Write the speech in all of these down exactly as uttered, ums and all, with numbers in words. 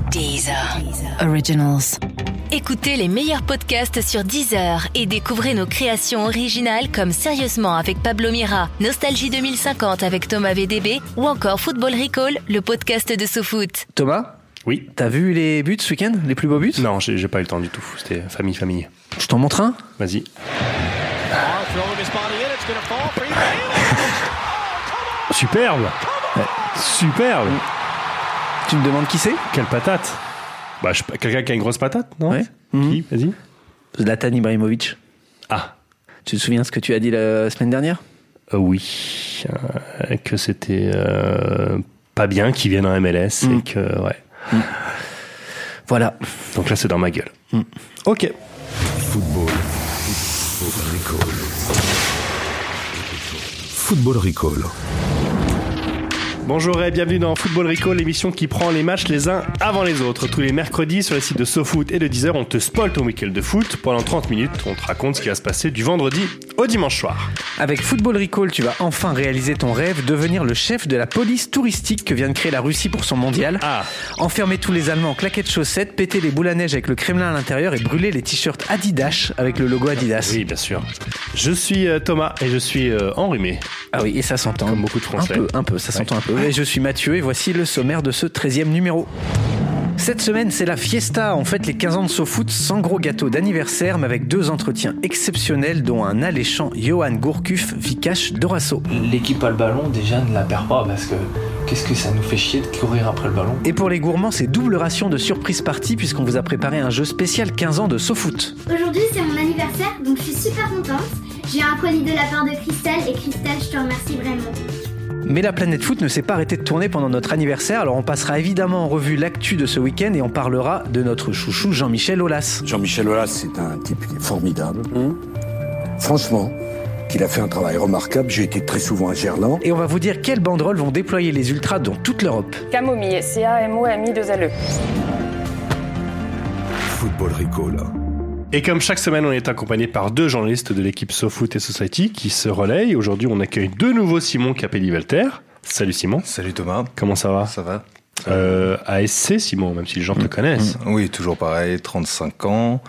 Deezer. Originals. Écoutez les meilleurs podcasts sur Deezer et découvrez nos créations originales comme Sérieusement avec Pablo Mira, Nostalgie deux mille cinquante avec Thomas V D B ou encore Football Recall, le podcast de SoFoot. Thomas ? Oui. T'as vu les buts ce week-end ? Les plus beaux buts ? Non, j'ai, j'ai pas eu le temps du tout. C'était famille, famille. Je t'en montre un ? Vas-y. Superbe. Ouais. Superbe. Tu me demandes qui c'est ? Quelle patate. Bah, je, quelqu'un qui a une grosse patate, non ? Ouais. Qui ? Mmh. Vas-y. Zlatan Ibrahimovic. Ah. Tu te souviens de ce que tu as dit la semaine dernière ? Euh, oui. Euh, que c'était euh, pas bien qu'il vienne en M L S mmh. et que, ouais. Mmh. Voilà. Donc là, c'est dans ma gueule. Mmh. Ok. Football. Football Recall. Football Recall. Bonjour et bienvenue dans Football Recall, l'émission qui prend les matchs les uns avant les autres. Tous les mercredis sur les sites de SoFoot et de Deezer, on te spoil ton week-end de foot. Pendant trente minutes, on te raconte ce qui va se passer du vendredi au dimanche soir. Avec Football Recall, tu vas enfin réaliser ton rêve, devenir le chef de la police touristique que vient de créer la Russie pour son mondial. Ah. Enfermer tous les Allemands en claquettes chaussettes, péter les boules à neige avec le Kremlin à l'intérieur et brûler les t-shirts Adidas avec le logo Adidas. Oui, bien sûr. Je suis euh, Thomas et je suis euh, enrhumé. Ah oui, et ça s'entend. Comme beaucoup de Français. Un peu, un peu, ça s'entend ouais. un peu. Et je suis Mathieu et voici le sommaire de ce treizième numéro. Cette semaine, c'est la fiesta. On fête les quinze ans de SoFoot sans gros gâteau d'anniversaire, mais avec deux entretiens exceptionnels, dont un alléchant Johan Gourcuff, Vikash Dorasso. L'équipe a le ballon, déjà ne la perd pas parce que qu'est-ce que ça nous fait chier de courir après le ballon. Et pour les gourmands, c'est double ration de surprise party puisqu'on vous a préparé un jeu spécial quinze ans de SoFoot. Aujourd'hui, c'est mon anniversaire, donc je suis super contente. J'ai un colis de la part de Christelle et Christelle, je te remercie vraiment. Mais la planète foot ne s'est pas arrêtée de tourner pendant notre anniversaire, alors on passera évidemment en revue l'actu de ce week-end et on parlera de notre chouchou Jean-Michel Aulas. Jean-Michel Aulas, c'est un type qui est formidable. Mmh. Franchement, qu'il a fait un travail remarquable. J'ai été très souvent à Gerland. Et on va vous dire quelles banderoles vont déployer les ultras dans toute l'Europe. Camomille, C A M O M I deux L E. Football Recall. Et comme chaque semaine, on est accompagné par deux journalistes de l'équipe SoFoot et Society qui se relayent. Aujourd'hui, on accueille de nouveau Simon Capelli-Velter. Salut Simon. Salut Thomas. Comment ça va ? Ça va. Euh, A S C Simon, même si les gens mmh. te connaissent. Mmh. Oui, toujours pareil, trente-cinq ans.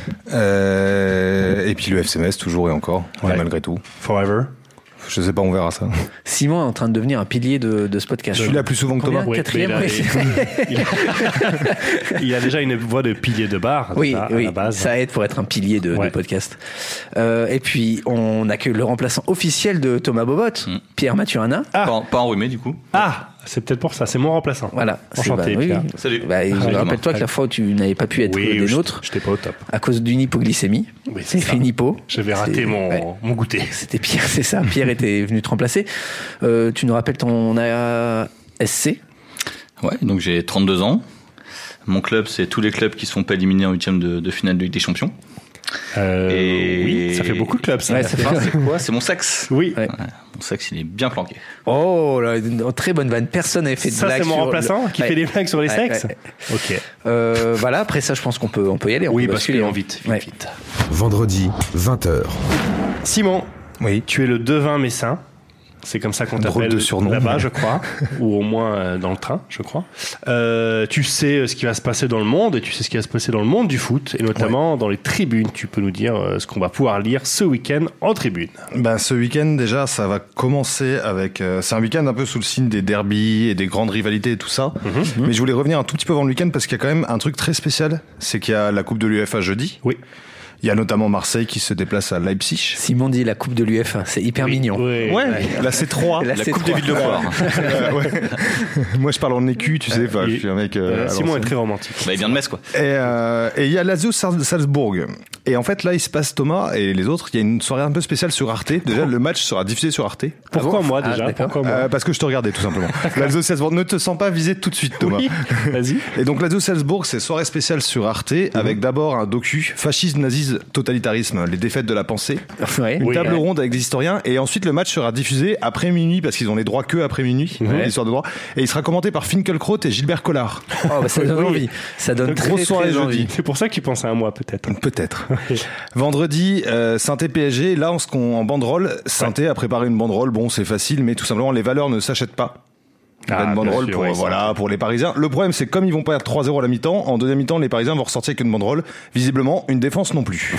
Euh, et puis le F C Metz, toujours et encore, ouais. malgré tout. Forever. Je sais pas, on verra ça. Simon est en train de devenir un pilier de, de ce podcast. Je suis là plus souvent que Thomas. Combien ? Quatrième, oui, il, a, il a déjà une voix de pilier de bar. Oui, ça, oui, à la base. Ça aide pour être un pilier de, ouais. de podcast. Euh, et puis, on accueille le remplaçant officiel de Thomas Bobot, mmh. Pierre Maturana. Ah. Pas, pas enrhumé, du coup. Ah, c'est peut-être pour ça, c'est mon remplaçant. Voilà. Enchanté, bah, Pierre. Oui. Salut. Bah, ah, rappelle-toi que la fois où tu n'avais pas pu être oui, des nôtres, j'étais pas au top. À cause d'une hypoglycémie. Oui, c'est ça. fait une hypo. J'avais raté mon, ouais. mon goûter. C'était Pierre, c'est ça. Pierre était venu te remplacer. Euh, tu nous rappelles ton A S C ? Ouais, donc j'ai trente-deux ans. Mon club, c'est tous les clubs qui ne se font pas éliminer en huitième de, de finale de Ligue des Champions. Euh, et oui, ça fait beaucoup de clubs, ça. Ouais, ça fait... c'est quoi ? C'est mon sexe. Oui. Ouais. Mon sexe, il est bien planqué. Oh, là, une très bonne vanne. Personne n'avait fait de ça, blague. Ça, c'est mon remplaçant le... qui ouais. fait des blagues sur les ouais, sexes. ouais. Ok. Euh, voilà, après ça, je pense qu'on peut, on peut y aller. On oui, peut basculer basculer vite, vite, ouais. vite. Vendredi, vingt heures. Simon, oui. tu es le devin messin. C'est comme ça qu'on t'appelle de surnom, là-bas, mais... je crois, ou au moins dans le train, je crois. Euh, tu sais ce qui va se passer dans le monde, et tu sais ce qui va se passer dans le monde du foot, et notamment ouais. dans les tribunes. Tu peux nous dire ce qu'on va pouvoir lire ce week-end en tribune. Ben, ce week-end, déjà, ça va commencer avec... Euh, c'est un week-end un peu sous le signe des derbies et des grandes rivalités et tout ça. Mm-hmm. Mais je voulais revenir un tout petit peu avant le week-end, parce qu'il y a quand même un truc très spécial, c'est qu'il y a la Coupe de l'U E F A jeudi. Oui. Il y a notamment Marseille qui se déplace à Leipzig. Simon dit la Coupe de l'U E F A, c'est hyper oui, mignon. Oui, ouais, ouais, la C trois. La, la C trois. Coupe des villes de Foire. euh, ouais. Moi, je parle en écu, tu sais. Enfin, je suis un mec. Euh, Simon est très romantique. Bah, il vient de Metz, quoi. Et euh, et il y a Lazio Salzbourg. Et en fait, là, il se passe Thomas et les autres. Il y a une soirée un peu spéciale sur Arte. Déjà, le match sera diffusé sur Arte. Pourquoi ah bon moi déjà ah, Pourquoi moi euh, Parce que je te regardais tout simplement. Lazio Salzbourg, ne te sens pas visé tout de suite, Thomas. Oui, vas-y. Et donc Lazio Salzbourg, c'est soirée spéciale sur Arte mm-hmm. avec d'abord un docu fascisme, nazisme, totalitarisme, les défaites de la pensée. Ouais. Une oui, table ouais. ronde avec des historiens et ensuite le match sera diffusé après minuit parce qu'ils ont les droits que après minuit, ouais. l'histoire de droit. Et il sera commenté par Finkielkraut et Gilbert Collard. Oh, bah ça donne oui. envie. Ça donne très, grosse soirée très jeudi. envie. C'est pour ça que tu penses à moi peut-être. Peut-être. Vendredi, euh, Saint-Étienne P S G. Là, on, en banderole, Saint-Étienne ouais. a préparé une banderole. Bon, c'est facile, mais tout simplement, les valeurs ne s'achètent pas. Ah, une banderole sûr, pour, oui, voilà, pour les Parisiens. Le problème, c'est que comme ils vont perdre trois zéro à la mi-temps, en deuxième mi-temps, les Parisiens vont ressortir avec une banderole. Visiblement, une défense non plus.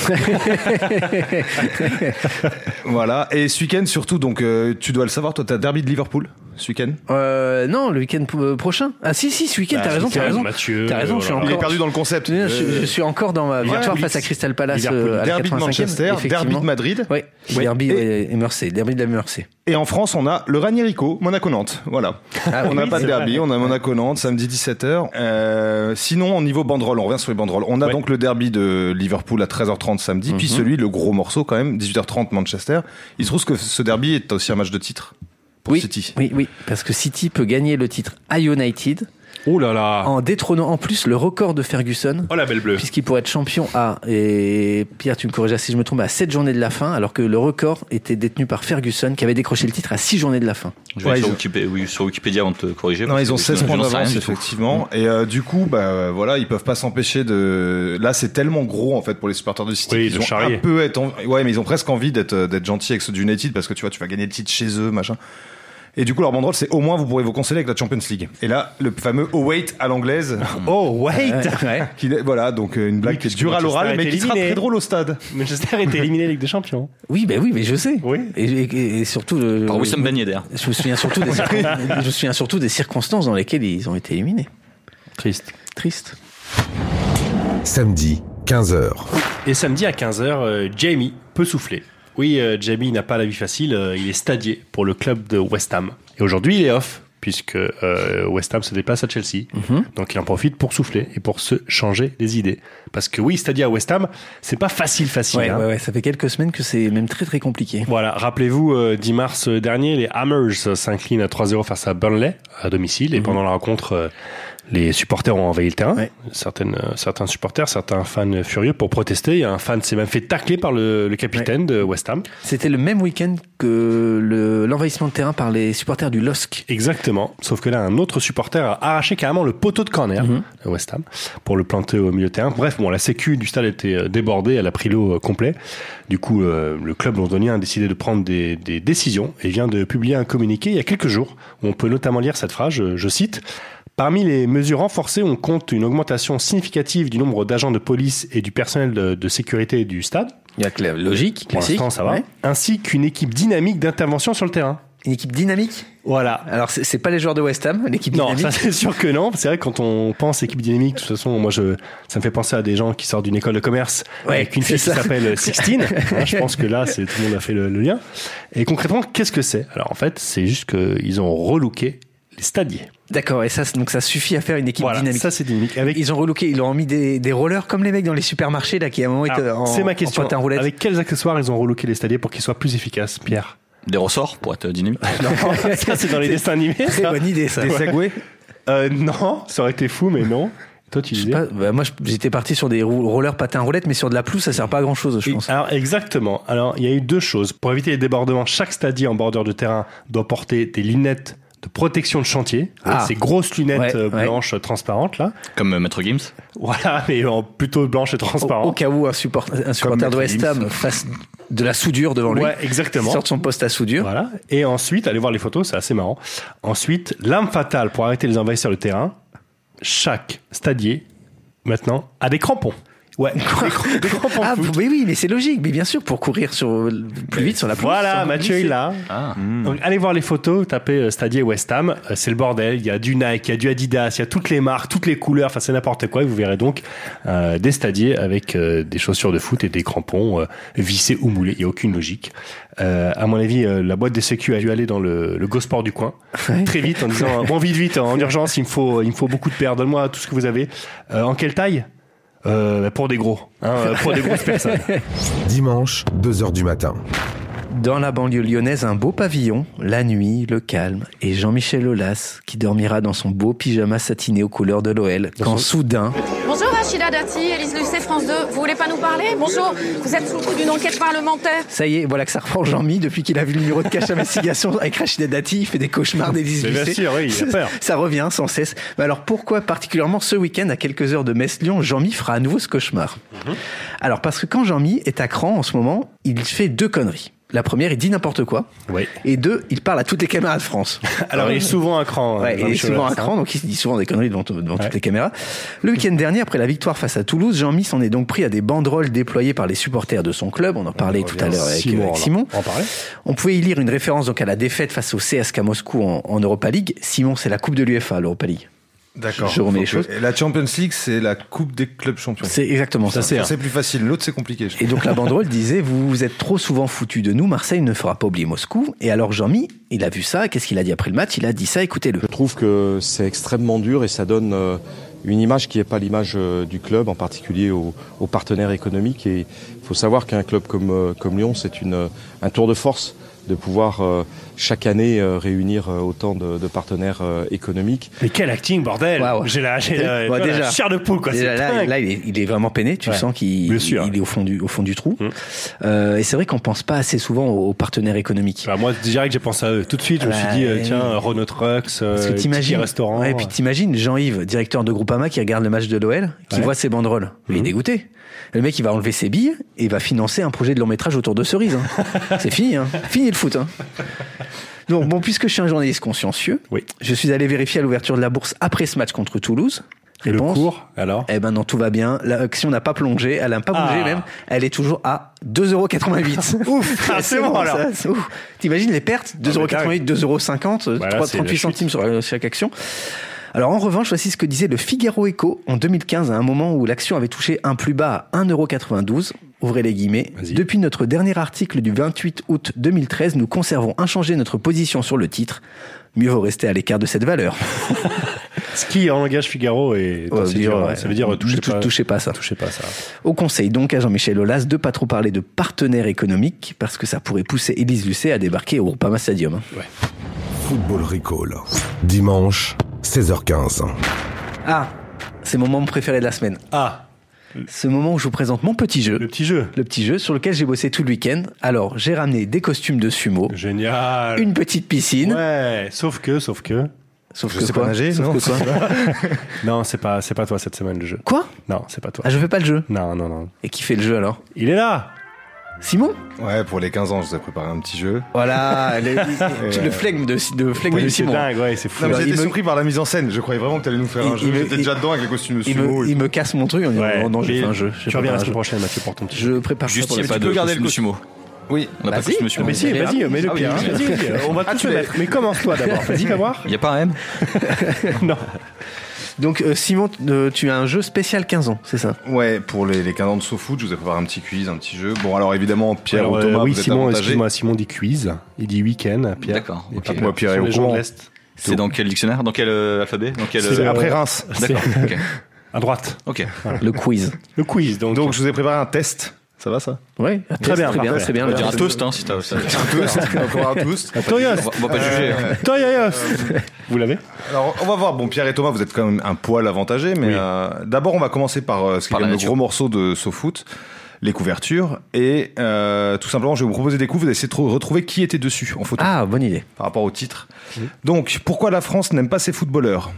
Voilà. Et ce week-end, surtout, donc, euh, tu dois le savoir, toi, t'as derby de Liverpool ce week-end euh, Non, le week-end p- prochain. Ah si, si, ce week-end, bah, t'as raison, t'as raison. Mathieu, t'as raison, euh, je suis voilà. encore... Il est perdu dans le concept. Je, je, je suis encore dans ma victoire ouais, face à Crystal Palace Liverpool, à la derby de Manchester, derby de Madrid. Oui, ouais. derby et, et Mersey, derby de la Mersey. Et en France, on a le Ranierico, Monaco-Nantes. Voilà. Ah, on n'a oui, pas de derby, vrai. On a Monaco-Nantes, samedi dix-sept heures. Euh, sinon, au niveau banderole, on revient sur les banderoles. On a ouais. donc le derby de Liverpool à treize heures trente samedi, mm-hmm. puis celui, le gros morceau quand même, dix-huit heures trente Manchester. Il se trouve que ce derby est aussi un match de titre pour oui, City. Oui, oui, parce que City peut gagner le titre à United. Oh là là. En détrônant en plus le record de Ferguson. Oh la belle bleue. Puisqu'il pourrait être champion à, et Pierre tu me corriges si je me trompe, à sept journées de la fin, alors que le record était détenu par Ferguson qui avait décroché le titre à six journées de la fin. Je vais ouais, sur, ont... Wikipédia, oui, sur Wikipédia avant de te corriger. Non, ils ont seize points d'avance effectivement. Et euh, du coup, bah voilà, ils peuvent pas s'empêcher de. Là, c'est tellement gros en fait pour les supporters de City. Oui, ils ont charrier. un peu être. En... Ouais, mais ils ont presque envie d'être d'être gentils avec ceux du United parce que tu vois, tu vas gagner le titre chez eux, machin. Et du coup, leur banderole, c'est au moins vous pourrez vous consoler avec la Champions League. Et là, le fameux oh wait à l'anglaise. Oh wait ouais. qui, voilà, donc une blague oui, qui est dure à l'oral, mais qui sera très drôle au stade. Manchester est éliminé Ligue des Champions. Oui, ben bah oui, mais je sais. Oui. Et, et, et surtout. Le, Par Wissam Ben Yedder. Je me souviens surtout des, je me souviens surtout des circonstances dans lesquelles ils ont été éliminés. Triste. Triste. Samedi, quinze heures. Et samedi à quinze heures, euh, Jamie peut souffler. Oui, euh, Jamie n'a pas la vie facile, euh, il est stadier pour le club de West Ham. Et aujourd'hui, il est off, puisque euh, West Ham se déplace à Chelsea. Mm-hmm. Donc il en profite pour souffler et pour se changer les idées. Parce que oui, stadier à West Ham, c'est pas facile, facile. Ouais, hein. ouais, ouais, ça fait quelques semaines que c'est même très très compliqué. Voilà, rappelez-vous, euh, dix mars dernier, les Hammers s'inclinent à trois zéro face à Burnley, à domicile. Et mm-hmm. pendant la rencontre... Euh, les supporters ont envahi le terrain, ouais. Certaines, euh, certains supporters, certains fans furieux pour protester. Il y a un fan s'est même fait tacler par le, le capitaine ouais. de West Ham. C'était le même week-end que le, l'envahissement de terrain par les supporters du L O S C. Exactement, sauf que là, un autre supporter a arraché carrément le poteau de corner mm-hmm. de West Ham pour le planter au milieu de terrain. Bref, bon, la sécu du stade était débordée, elle a pris l'eau complet. Du coup, euh, le club londonien a décidé de prendre des, des décisions et vient de publier un communiqué il y a quelques jours où on peut notamment lire cette phrase, je, je cite... Parmi les mesures renforcées, on compte une augmentation significative du nombre d'agents de police et du personnel de, de sécurité du stade. Il y a la logique, pour classique. l'instant, ça va. Ouais. Ainsi qu'une équipe dynamique d'intervention sur le terrain. Une équipe dynamique ? Voilà. Alors, c'est, c'est pas les joueurs de West Ham, l'équipe non, dynamique ? Non, ça c'est sûr que non. C'est vrai que quand on pense équipe dynamique, de toute façon, moi, je, ça me fait penser à des gens qui sortent d'une école de commerce ouais, avec une fille ça. qui s'appelle Sixtine. hein, je pense que là, c'est, tout le monde a fait le, le lien. Et concrètement, qu'est-ce que c'est ? Alors, en fait, c'est juste qu'ils ont relooké les stadiers. D'accord, et ça, donc ça suffit à faire une équipe voilà, dynamique. Ça, c'est dynamique. Avec... Ils ont relooké, ils ont mis des, des rollers comme les mecs dans les supermarchés, là, qui à un moment étaient en, c'est ma question. en patin roulette. Avec quels accessoires ils ont relooké les stadiers pour qu'ils soient plus efficaces, Pierre ? Des ressorts pour être dynamique. Non, ça, c'est dans les dessins animés. Très bonne idée, ça. Des segways ? euh, Non, ça aurait été fou, mais non. Toi, tu disais ? Pas, bah, moi, j'étais parti sur des rollers patins roulettes, mais sur de la pelouse, ça sert pas à grand chose, je pense. Alors, exactement. Alors, il y a eu deux choses. Pour éviter les débordements, chaque stadier en bordure de terrain doit porter des lunettes de protection de chantier, ah. ces grosses lunettes ouais, blanches ouais. transparentes là. Comme euh, Maître Gims. Voilà, mais en plutôt blanche et transparente. Au, au cas où un, support, un supporter de West Ham fasse de la soudure devant lui. Ouais, exactement. Il sort de son poste à soudure. Voilà. Et ensuite, allez voir les photos, c'est assez marrant. Ensuite, l'arme fatale pour arrêter les envahisseurs de terrain. Chaque stadier, maintenant, a des crampons. Ouais, des, cr- des crampons ah, foot. Oui, oui, mais c'est logique, mais bien sûr, pour courir sur, plus vite sur la pelouse. Voilà, Mathieu est là. Ah. Donc, allez voir les photos, tapez Stadier West Ham, c'est le bordel. Il y a du Nike, il y a du Adidas, il y a toutes les marques, toutes les couleurs, enfin c'est n'importe quoi. Et vous verrez donc euh, des stadiers avec euh, des chaussures de foot et des crampons euh, vissés ou moulés. Il n'y a aucune logique. Euh, à mon avis, euh, la boîte des sécu a dû aller dans le, le Go Sport du coin ouais. très vite en disant bon vite vite en urgence, il me faut il me faut beaucoup de paires. Donne-moi tout ce que vous avez. Euh, en quelle taille? Euh, pour des gros, hein, pour des grosses personnes. Dimanche, deux heures du matin. Dans la banlieue lyonnaise, un beau pavillon, la nuit, le calme, et Jean-Michel Aulas qui dormira dans son beau pyjama satiné aux couleurs de l'O L, quand soudain... Bonjour Rachida Dati, Élise Lucet, France deux, vous voulez pas nous parler? Bonjour, vous êtes sous le coup d'une enquête parlementaire. Ça y est, voilà que ça reprend Jean-Mi, depuis qu'il a vu le numéro de cache investigation avec Rachida Dati, il fait des cauchemars d'Élise Lucet. Bien sûr, oui, il a peur. Ça, ça revient sans cesse. Mais alors pourquoi particulièrement ce week-end, à quelques heures de Metz-Lyon, Jean-Mi fera à nouveau ce cauchemar? mm-hmm. Alors parce que quand Jean-Mi est à cran en ce moment, il fait deux conneries. La première, il dit n'importe quoi. Oui. Et deux, il parle à toutes les caméras de France. Alors, il est souvent à cran. Ouais, il est souvent à cran, donc il se dit souvent des conneries devant, devant ouais. toutes les caméras. Le week-end dernier, après la victoire face à Toulouse, Jean-Mi s'en est donc pris à des banderoles déployées par les supporters de son club. On en parlait on tout à l'heure avec Simon. Avec Simon. On, en parlait. On pouvait y lire une référence donc à la défaite face au C S K A Moscou en, en Europa League. Simon, c'est la Coupe de l'UEFA, l'Europa League. D'accord. Je remets les choses. La Champions League, c'est la Coupe des clubs champions. C'est exactement ça. Ça, c'est, c'est plus facile. L'autre, c'est compliqué. Et donc, la banderole disait, vous vous êtes trop souvent foutus de nous. Marseille ne fera pas oublier Moscou. Et alors, Jean-Mi, il a vu ça. Qu'est-ce qu'il a dit après le match? Il a dit ça. Écoutez-le. Je trouve que c'est extrêmement dur et ça donne euh, une image qui n'est pas l'image euh, du club, en particulier aux, aux partenaires économiques. Et il faut savoir qu'un club comme, euh, comme Lyon, c'est une, un tour de force de pouvoir euh, chaque année euh, réunir euh, autant de, de partenaires euh, économiques. Mais quel acting, bordel! Wow. J'ai la, j'ai la, ouais, déjà, la chair de poule, quoi. Déjà, c'est là, là il, est, il est vraiment peiné. Tu ouais. sens qu'il il, il est au fond du, au fond du trou. Mmh. Euh, et c'est vrai qu'on pense pas assez souvent aux, aux partenaires économiques. Bah, moi, direct que j'ai pensé à eux. Tout de suite, je me suis dit, euh, tiens, Renault Trucks, euh, petit restaurant. Ouais, et puis t'imagines Jean-Yves, directeur de Groupama, qui regarde le match de l'O L, qui ouais. voit ses banderoles. Mmh. Il est dégoûté. Le mec, il va enlever ses billes et il va financer un projet de long métrage autour de Cerise. Hein. C'est fini, hein. Fini le foot. Hein. Donc, bon, puisque je suis un journaliste consciencieux, oui. je suis allé vérifier à l'ouverture de la bourse après ce match contre Toulouse. Réponse, le cours, alors? Eh ben non, tout va bien. L'action n'a pas plongé, elle n'a pas bougé ah. même. Elle est toujours à deux euros quatre-vingt-huit. Ouf, ah, c'est, c'est bon, bon alors. Ça, ouf. T'imagines les pertes? deux euros quatre-vingt-huit, deux euros cinquante, bah trente-huit centimes sur chaque action. Alors en revanche, voici ce que disait le Figaro Écho en deux mille quinze, à un moment où l'action avait touché un plus bas à un euro quatre-vingt-douze. Ouvrez les guillemets. Vas-y. Depuis notre dernier article du vingt-huit août deux mille treize, nous conservons inchangé notre position sur le titre. Mieux vaut rester à l'écart de cette valeur. Ce qui, en langage Figaro, est oh, dire, ouais. ça veut dire touchez pas, touchez pas ça. Touchez pas ça. Au conseil donc à Jean-Michel Aulas de pas trop parler de partenaires économiques parce que ça pourrait pousser Élise Lucet à débarquer au Groupama Stadium. Ouais. Football Recall. Dimanche, seize heures quinze. Ah, c'est mon moment préféré de la semaine. Ah. Ce moment où je vous présente mon petit jeu. Le petit jeu. Le petit jeu sur lequel j'ai bossé tout le week-end. Alors, j'ai ramené des costumes de sumo. Génial. Une petite piscine. Ouais, sauf que, sauf que... Sauf je que sais quoi pas nager, sauf non que quoi Non, c'est pas, c'est pas toi cette semaine le jeu. Quoi? Non, c'est pas toi. Ah, je fais pas le jeu? Non, non, non. Et qui fait le jeu alors? Il est là. Simon? Ouais, pour les quinze ans, je vous ai préparé un petit jeu. Voilà, le, le flegme de, de, flegme oui, de c'est Simon. Dingue, ouais, c'est fou. Non, mais j'étais me... surpris par la mise en scène. Je croyais vraiment que t'allais nous faire il, un jeu. J'étais déjà dedans avec les costumes de sumo. Il me, il me casse mon truc en disant ouais, non, j'ai fait un jeu. Tu reviens la semaine prochaine, Mathieu, pour ton petit jeu. Je prépare juste ça. Juste, il n'y a pas de costume de sumo. Oui, on n'a pas de costume de sumo. Mais si, vas-y, mets le pied. On va tout le mettre. Mais commence-toi d'abord. Vas-y, va voir. Il n'y a pas un M? Non. Donc euh, Simon, euh, tu as un jeu spécial quinze ans, c'est ça? Ouais, pour les, les quinze ans de SoFoot, je vous ai préparé un petit quiz, un petit jeu. Bon, alors évidemment, Pierre alors, ou Thomas, euh, oui, vous êtes Simon, avantagés. excuse-moi, Simon dit quiz, il dit week-end, Pierre. D'accord. Okay. Moi, Pierre est au courant. C'est dans quel dictionnaire? Dans quel euh, alphabet? Dans quel, c'est euh... après Reims. D'accord. Okay. À droite. Ok. Voilà. Le quiz. Le quiz. Donc, donc je vous ai préparé un test. Ça va ça? Oui, très bien, très bien, très bien. On va dire un toast, hein, si t'as. Un toast, on va un toast. On va pas juger. Toyos. Vous l'avez? Alors, on va voir. Bon, Pierre et Thomas, vous êtes quand même un poil avantagés, mais oui. euh, d'abord, on va commencer par euh, ce qui est le gros morceau de SoFoot, les couvertures, et euh, tout simplement, je vais vous proposer des coups. Vous allez essayer de retrouver qui était dessus en photo. Ah, bonne idée. Par rapport au titre. Oui. Donc, pourquoi la France n'aime pas ses footballeurs?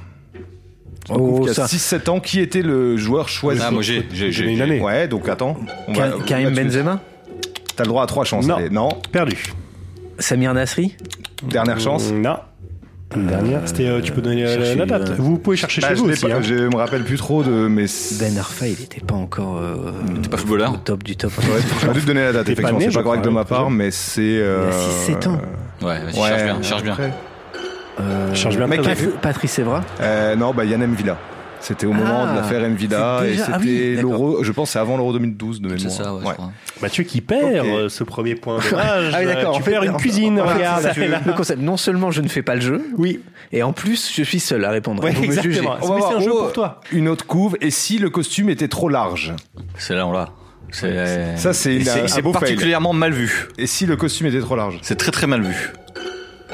Oh, il y a six sept ans, qui était le joueur choisi? Ah, moi j'ai, j'ai, j'ai une année. Ouais, donc attends. Karim Benzema? T'as le droit à trois chances. Non. Allez. Non. Perdu. Samir Nasri? Dernière chance? Non. Une dernière. C'était, euh, tu peux donner la, la date. Euh... Vous pouvez chercher bah, chez vous aussi. Pas, hein. Je me rappelle plus trop de mes. Ben Arfa, il était pas encore. Euh, il était pas footballeur. Au top du top. Ouais, j'aurais dû te donner la date. Effectivement, c'est pas correct de ma part, mais c'est. Euh... Il y a six sept ans. Ouais, vas-y, ouais, cherche bien, cherche bien. Euh... Cherche bien. Mec, Patrice Evra? euh, Non, bah Yann M'Vila. C'était au moment ah, de l'affaire M'Vila et c'était ah oui, l'Euro, je pense c'est avant l'Euro deux mille douze de mémoire. C'est ça, ouais, ouais. Mathieu qui perd okay. ce premier point dommage. Ah oui, d'accord. Tu perds une cuisine, regarde. Ça, le concept, non seulement je ne fais pas le jeu, oui, et en plus je suis seul à répondre. Ouais, vous exactement. On va voir c'est un jeu pour toi. Une autre couve, et si le costume était trop large? C'est là, on l'a. C'est... Ça, c'est, c'est, c'est particulierement fail. Mal vu. Et si le costume était trop large? C'est très très mal vu.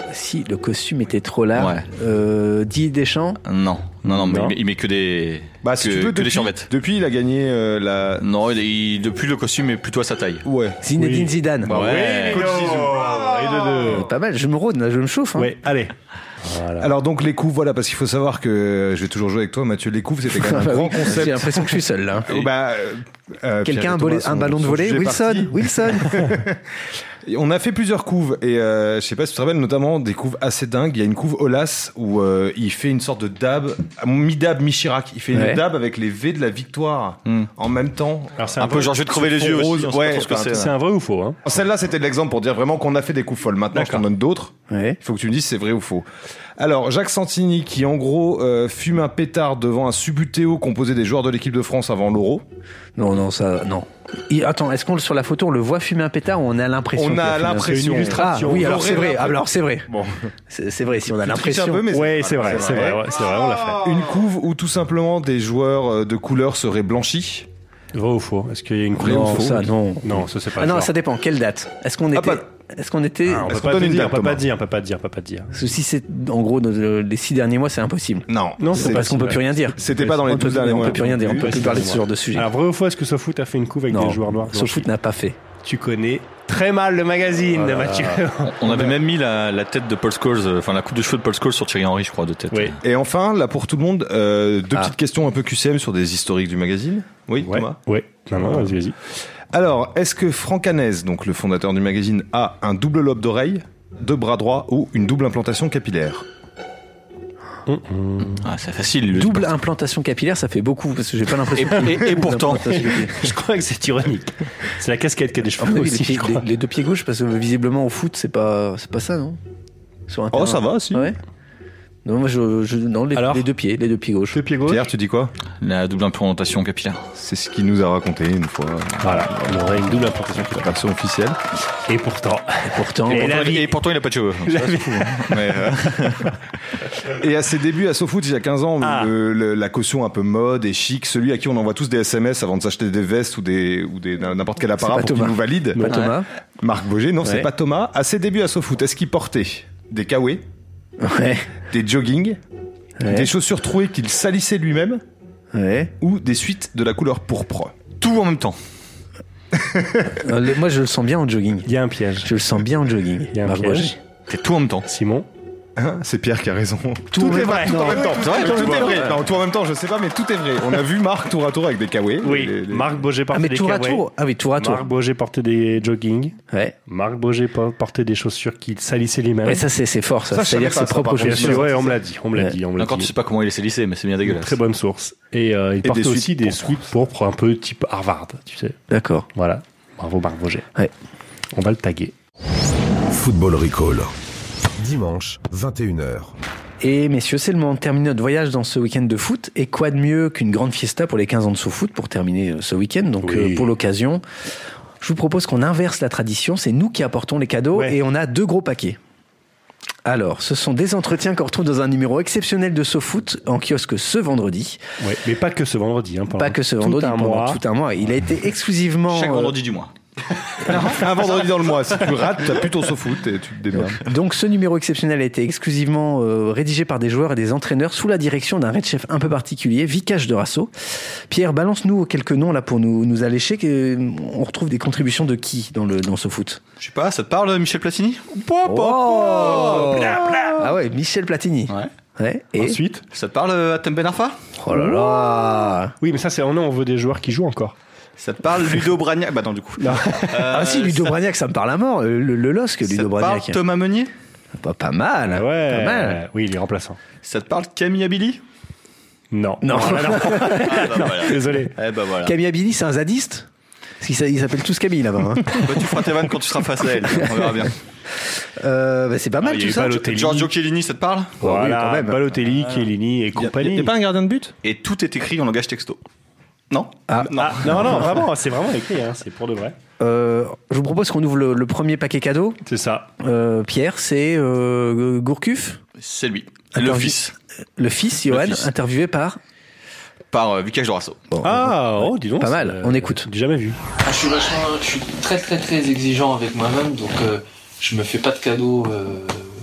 si le costume était trop large. Ouais. Euh, Didier Deschamps. Non, non, non, mais Non. il met, il met que des, Bah, si que, tu veux, que depuis, des survêtes. depuis, il a gagné euh, la. Non, il, il- depuis le costume est plutôt à sa taille. Ouais. Zinedine Oui. Zidane. Bah ouais. Coach Zizou. Et de deux. Pas mal, je me rôde, là, je me chauffe. Hein. Ouais, allez. Voilà. Alors donc les couves, voilà, parce qu'il faut savoir que je vais toujours jouer avec toi, Mathieu. Les couves, c'était quand même un Bah grand oui, concept. J'ai l'impression que je suis seul là. Oh, bah, euh, Quelqu'un Pierre a et un, bolé- Thomas un sont- ballon de sont volley. jugés Wilson, partis. Wilson. Et on a fait plusieurs couves et euh, je sais pas si tu te rappelles, notamment des couves assez dingues. Il y a une couve Olas où euh, il fait une sorte de dab, mi-dab, mi-Chirac. Il fait une Ouais. dab avec les V de la victoire Mm. en même temps. Alors, c'est Un peu genre je vais te crever les yeux aussi. on sait Ouais, pas trop ce que enfin, c'est. C'est un vrai ou faux hein? Celle-là, c'était l'exemple pour dire vraiment qu'on a fait des coups folles. Maintenant, je t'en donne d'autres. Ouais. Il faut que tu me dises si c'est vrai ou faux. Alors, Jacques Santini, qui en gros euh, fume un pétard devant un Subutéo composé des joueurs de l'équipe de France avant l'Euro. Non, non, ça, non. Il- attends, est-ce qu'on sur la photo on le voit fumer un pétard ou on a l'impression On qu'il a fumé un- l'impression. C'est une illustration. Ah, oui, alors c'est vrai. L'aurait- Alors c'est vrai. Bon, C'est c'est vrai si on a tu triches un l'impression. peu, mais Ouais, c'est vrai, c'est vrai, ouais, c'est vrai, on l'a fait. Une couve où tout simplement des joueurs euh, de couleur seraient blanchis. Vrai ou faux? Est-ce qu'il y a une Vrai ou Non, faux? ça non. Non, ça c'est pas Ah non, genre. ça dépend. Quelle date? Est-ce qu'on Ah, était? pas- Est-ce qu'on était? Ah, on Est-ce peut qu'on pas donne te une dire, date, on peut pas Thomas dire, on peut pas dire, on peut pas dire. Parce que si c'est en gros nos- les six derniers mois, c'est impossible. Non, Non, C'est parce qu'on peut plus rien dire. C'était pas dans les On peut, douze derniers on mois. peut plus rien dire. On peut Ouais, plus c'est parler de bon, ce genre de sujet. Alors vrai ou faux, est-ce que SoFoot a fait une couve avec Non, des joueurs noirs? SoFoot n'a pas fait. Tu connais très mal le magazine, Voilà. Mathieu. On avait même mis la, la tête de Paul Scholes, euh, enfin la coupe de cheveux de Paul Scholes sur Thierry Henry, je crois, de tête. Oui. Et enfin, là pour tout le monde, euh, deux Ah. petites questions un peu Q C M sur des historiques du magazine. Oui, Ouais. Thomas. Ouais. Non, non, vas-y, vas-y. Alors, est-ce que Franck Hanez, donc le fondateur du magazine, a un double lobe d'oreille, deux bras droits ou une double implantation capillaire? Ah, c'est facile. il le dit Double pas. implantation capillaire, ça fait beaucoup parce que j'ai pas l'impression. Et- qu'il y ait et- et double pourtant. implantation capillaire. Je crois que c'est ironique. C'est la casquette qui a des Ah, cheveux oui, aussi, les, pieds- je crois. les- les deux pieds gauches parce que visiblement au foot c'est pas c'est pas ça non. Sur un Oh, terrain. ça va, si. Ouais. Non, moi je, je non les, Alors les deux pieds, les deux pieds gauches. Deux pieds gauche. Pierre, tu dis quoi? La double implantation capillaire. C'est ce qu'il nous a raconté une fois. Voilà, on aurait une double implantation qui Version officielle. Et pourtant. Et pourtant, Et Et la pourtant, vie- et pourtant, il a pas de cheveux. Ça, c'est fou, hein. Mais, euh, Et à ses débuts à SoFoot, il y a quinze ans, Ah. le- le- la caution un peu mode et chic, celui à qui on envoie tous des S M S avant de s'acheter des vestes ou des ou des n'importe quel apparat pas pour qu'il Thomas. nous valide. Pas Thomas. Marc Boger, non, c'est Ouais. pas Thomas. À ses débuts à SoFoot, est-ce qu'il portait des kawés, Ouais. des jogging, Ouais. des chaussures trouées qu'il salissait lui-même Ouais. ou des suites de la couleur pourpre? tout en même temps. Euh, le- moi je le sens bien en jogging. Il y a un piège. Je le sens bien en jogging. Il y a un Marc piège. Boger. C'est tout en même temps. Simon. Hein, c'est Pierre qui a raison. Tout en est même vrai, temps. tout en Non. même temps. C'est vrai, tout tout est en vrai. même temps. Non, tout en même temps, je sais pas, mais tout est vrai. On a vu Marc tour à tour avec des kawés. Oui, Les- les- Marc Boger Ah portait mais des tour à kawaii. tour. Ah oui, tour à tour. Marc Boger portait des jogging. Ouais. Marc Boger por- portait des chaussures qui salissaient les mains. Ouais, ça c'est c'est fort ça. Ça, je C'est-à-dire savais c'est pas, ça, propre par aux contre. Bien chaussures. sûr, ouais, on me l'a dit. On me l'a Ouais. dit. On me l'a Encore, tu dit. sais pas comment il est lissé, mais c'est bien dégueulasse. Très bonne source. Et euh, il des portait suites aussi des pourpres. suites pourpres un peu type Harvard, tu sais. D'accord. Voilà. Bravo Marc Boger. Ouais. On va le taguer. Football Recall. Dimanche, vingt et une heures. Et messieurs, c'est le moment de terminer notre voyage dans ce week-end de foot. Et quoi de mieux qu'une grande fiesta pour les quinze ans de SoFoot pour terminer euh, ce week-end. Donc Oui. euh, pour l'occasion, je vous propose qu'on inverse la tradition. C'est nous qui apportons les cadeaux Ouais. et on a deux gros paquets. Alors, ce sont des entretiens qu'on retrouve dans un numéro exceptionnel de SoFoot en kiosque ce vendredi. Ouais, mais pas que ce vendredi. Hein, pendant Pas que ce tout vendredi, un pendant mois. tout un mois. Il a été exclusivement... Chaque euh, vendredi du mois. Un vendredi dans le mois. Si tu rates, t'as plus ton SoFoot et tu te démerdes. Donc ce numéro exceptionnel a été exclusivement euh, rédigé par des joueurs et des entraîneurs sous la direction d'un red chef un peu particulier, Vikash de Rasso. Pierre, balance-nous quelques noms là pour nous, nous allécher. Que, on retrouve des contributions de qui dans, le, dans ce foot? Je sais pas, ça te parle, Michel Platini? Oh Ah ouais, Michel Platini. Ouais. Ouais. Et Ensuite. Ça te parle, Atem Ben Arfa? oh là là. Oui, mais ça, c'est. Oh non, on veut des joueurs qui jouent encore. Ça te parle, Ludo Bragnac? Bah non, du coup. Non. Euh, Ah si, Ludo ça- Bragnac, ça me parle à mort. Le, le, le LOSC, Ça Ludo te Bragnac. parle, Thomas Meunier? Pas, pas mal. Ah ouais. Pas mal. Oui, il est remplaçant. Ça te parle, Camille Abili? Non. Non. Voilà, non. Ah bah voilà. Désolé. Eh bah voilà. Camille Abili, c'est un zadiste? Parce qu'ils s'a- ils s'appellent tous Camille là-bas. Hein. Bah, tu feras tes vannes quand tu seras face à elle. On verra bien. Euh, bah, c'est pas mal Ah, il y a tout eu ça. Balotelli. Giorgio Chiellini, ça te parle? Voilà, oui, quand même. Balotelli, Chiellini et compagnie. Y'a pas un gardien de but? Et tout est écrit en langage texto. Non? Ah. Non. Ah, non, non, vraiment, c'est vraiment écrit, hein, c'est pour de vrai. Euh, je vous propose qu'on ouvre le, le premier paquet cadeau. C'est ça. Euh, Pierre, c'est euh, Gourcuff, C'est lui. Attends, Le je- fils. le fils, Johan, fils. interviewé par. Par euh, Vikash Dorasso. Bon, Ah, oh, dis donc. Pas mal, c'est- on écoute. J'ai jamais vu. Ah, je suis vachement, je suis très très très exigeant avec moi-même, donc euh, je me fais pas de cadeaux euh,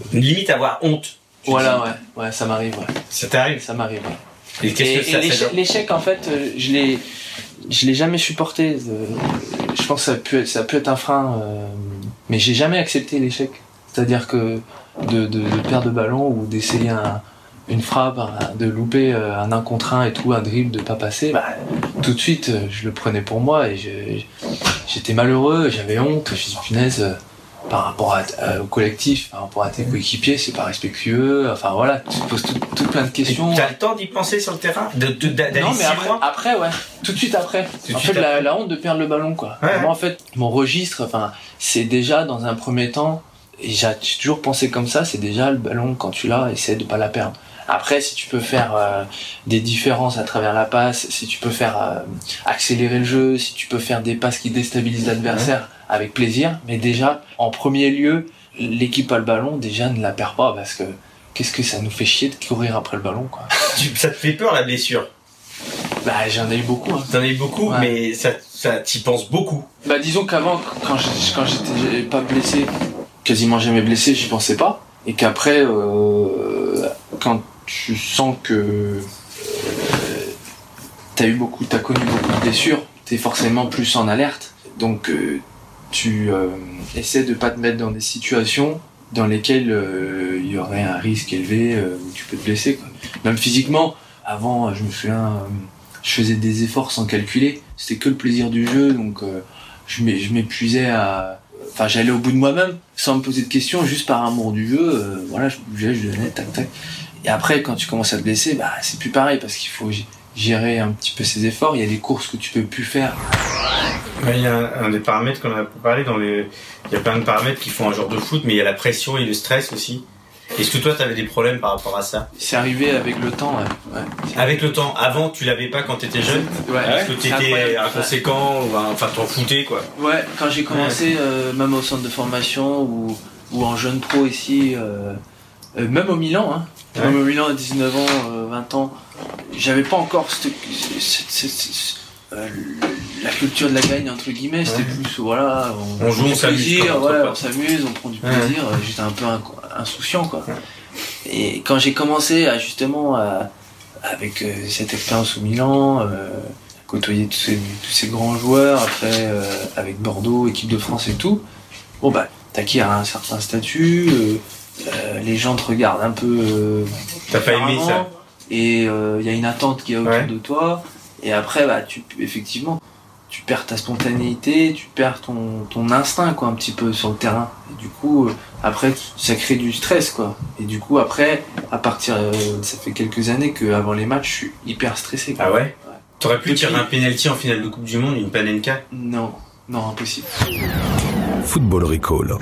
limite avoir honte. Voilà, ouais, ouais, ça m'arrive, ouais. Ça t'arrive? Ça m'arrive, ouais. Et qu'est-ce et, que ça et l'échec, l'échec, en fait, euh, je l'ai, je l'ai jamais supporté. Euh, je pense que ça peut, ça peut être un frein, euh, mais j'ai jamais accepté l'échec. C'est-à-dire que de, de, de perdre le ballon ou d'essayer un, une frappe, un, de louper euh, un un contre un et tout, un dribble, de pas passer, bah, tout de suite, euh, je le prenais pour moi et je, j'étais malheureux, j'avais honte. Je me suis dit, punaise, euh, par rapport à, à, au collectif, par rapport à tes coéquipiers, c'est pas respectueux. Enfin voilà, tu te poses tout, tout plein de questions. Tu as le temps d'y penser sur le terrain, de, de, d'aller non, mais si après, loin. après, ouais, tout de suite après. Tout de en suite fait, après. la, la honte de perdre le ballon, quoi. Ouais. Moi, en fait, mon registre, enfin, c'est déjà dans un premier temps, et j'ai, j'ai toujours pensé comme ça, c'est déjà le ballon quand tu l'as, essaie de pas la perdre. Après, si tu peux faire euh, des différences à travers la passe, si tu peux faire euh, accélérer le jeu, si tu peux faire des passes qui déstabilisent l'adversaire, ouais. Avec plaisir. Mais déjà, en premier lieu, l'équipe a le ballon, déjà ne la perd pas parce que qu'est-ce que ça nous fait chier de courir après le ballon, quoi. Ça te fait peur la blessure? Bah j'en ai eu beaucoup. Hein. T'en as eu beaucoup, ouais. Mais ça, ça t'y penses beaucoup. Bah disons qu'avant, quand, je, quand j'étais pas blessé, quasiment jamais blessé, j'y pensais pas. Et qu'après, euh, quand tu sens que euh, t'as eu beaucoup, t'as connu beaucoup de blessures, t'es forcément plus en alerte. Donc euh, tu euh, essaies de pas te mettre dans des situations dans lesquelles il euh, y aurait un risque élevé euh, où tu peux te blesser, quoi. Même physiquement, avant, je me souviens, euh, je faisais des efforts sans calculer. C'était que le plaisir du jeu, donc euh, je, je m'épuisais à... Enfin, j'allais au bout de moi-même, sans me poser de questions, juste par amour du jeu. Euh, voilà, je bougeais, je donnais, tac, tac. Et après, quand tu commences à te blesser, bah, c'est plus pareil, parce qu'il faut gérer un petit peu ses efforts. Il y a des courses que tu peux plus faire. Il y a un, un des paramètres qu'on a parlé dans les... Il y a plein de paramètres qui font un genre de foot, mais il y a la pression et le stress aussi. Est-ce que toi, tu avais des problèmes par rapport à ça? C'est arrivé avec le temps, ouais. ouais. Avec le temps. Avant, tu l'avais pas quand t'étais jeune? Ouais. Est-ce que t'étais inconséquent, ouais. ou enfin t'en foutais, quoi? Ouais, quand j'ai commencé, ouais. euh, même au centre de formation ou, ou en jeune pro ici, euh, euh, même au Milan, hein. Ouais. Même au Milan à dix-neuf ans, euh, vingt ans, j'avais pas encore cette, cette, cette, cette euh, la culture de la gagne, entre guillemets. C'était ouais. plus, voilà, on, on joue, on s'amuse, voilà, on s'amuse, on prend du plaisir. Ouais. J'étais un peu insouciant, quoi. Ouais. Et quand j'ai commencé à justement à, avec euh, cette expérience au Milan, euh, côtoyer tous ces, tous ces grands joueurs, après euh, avec Bordeaux, équipe de France et tout, bon bah t'acquiers un certain statut, euh, euh, les gens te regardent un peu. Euh, T'as pas aimé ça? Et il euh, y a une attente qui est autour ouais. de toi. Et après, bah, tu, effectivement, tu perds ta spontanéité, tu perds ton, ton instinct, quoi, un petit peu sur le terrain. Et du coup, euh, après, ça crée du stress, quoi. Et du coup, après, à partir, euh, ça fait quelques années qu'avant les matchs, je suis hyper stressé, quoi. Ah ouais, ouais. T'aurais pu Depuis... tirer un penalty en finale de Coupe du Monde, une panenka? Non, non, impossible. Football Recall.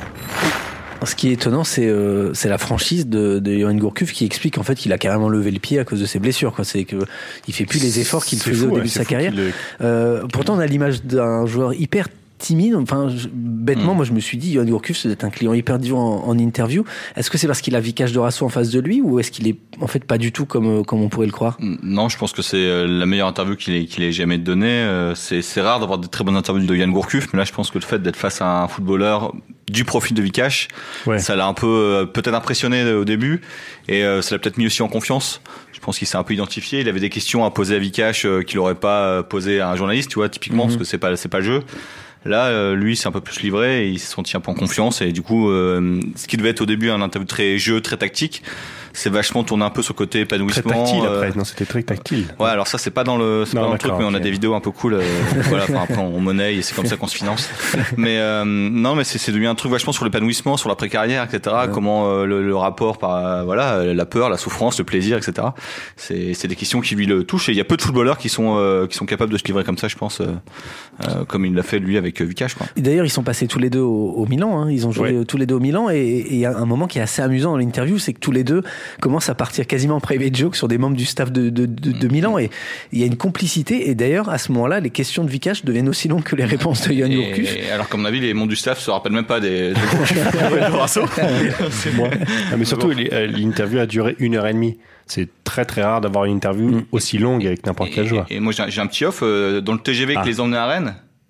Ce qui est étonnant, c'est euh, c'est la franchise de, de Yoann Gourcuff qui explique en fait qu'il a carrément levé le pied à cause de ses blessures, quoi. C'est que il fait plus les efforts qu'il faisait fou, au début ouais, de sa carrière. Euh, pourtant, on a l'image d'un joueur hyper timide. Enfin, je, bêtement, mmh. moi, je me suis dit, Yoann Gourcuff, c'est un client hyper dur en, en interview. Est-ce que c'est parce qu'il a Vikash Dorasso en face de lui, ou est-ce qu'il est en fait pas du tout comme comme on pourrait le croire? Non, je pense que c'est la meilleure interview qu'il ait, qu'il ait jamais donnée. C'est, c'est rare d'avoir de très bonnes interviews de Yoann Gourcuff, mais là, je pense que le fait d'être face à un footballeur du profil de Vikash, ouais. ça l'a un peu euh, peut-être impressionné au début, et euh, ça l'a peut-être mis aussi en confiance. Je pense qu'il s'est un peu identifié. Il avait des questions à poser à Vikash euh, qu'il aurait pas posé à un journaliste, tu vois, typiquement, mm-hmm. parce que c'est pas c'est pas le jeu. Là, euh, lui, c'est un peu plus livré et il s'est senti un peu en confiance. Et du coup, euh, ce qui devait être au début un interview très jeu, très tactique, c'est vachement tourné un peu sur le côté épanouissement. Très tactile euh... après, non, c'était très tactile. Ouais, alors ça, c'est pas dans le, c'est non, pas dans le truc, mais okay. on a des vidéos un peu cool. Euh, voilà, enfin, après, on monnaie et c'est comme ça qu'on se finance. Mais euh, non, mais c'est, c'est devenu un truc vachement sur l'épanouissement, sur l'après-carrière, et cetera. Ouais. Comment euh, le, le rapport par, euh, voilà, la peur, la souffrance, le plaisir, et cetera. C'est, c'est des questions qui lui le touchent. Et il y a peu de footballeurs qui sont, euh, qui sont capables de se livrer comme ça, je pense, euh, euh, comme il l'a fait lui avec Vikash, quoi. Et d'ailleurs, ils sont passés tous les deux au, au Milan. Hein. Ils ont joué ouais. tous les deux au Milan. Et il y a un moment qui est assez amusant dans l'interview, c'est que tous les deux commencent à partir quasiment en private joke sur des membres du staff de, de, de, de Milan, et il y a une complicité. Et d'ailleurs, à ce moment-là, les questions de Vikash deviennent aussi longues que les réponses de Yoann Gourcuff. Alors qu'à mon avis, les membres du staff se rappellent même pas des, des Gourcuff. C'est moi. Ah, mais surtout, l'interview a duré une heure et demie. C'est très très rare d'avoir une interview mm. aussi longue avec n'importe et, quel joueur. Et, et moi, j'ai un, j'ai un petit off euh, dans le T G V ah. qui les emmenait à Rennes.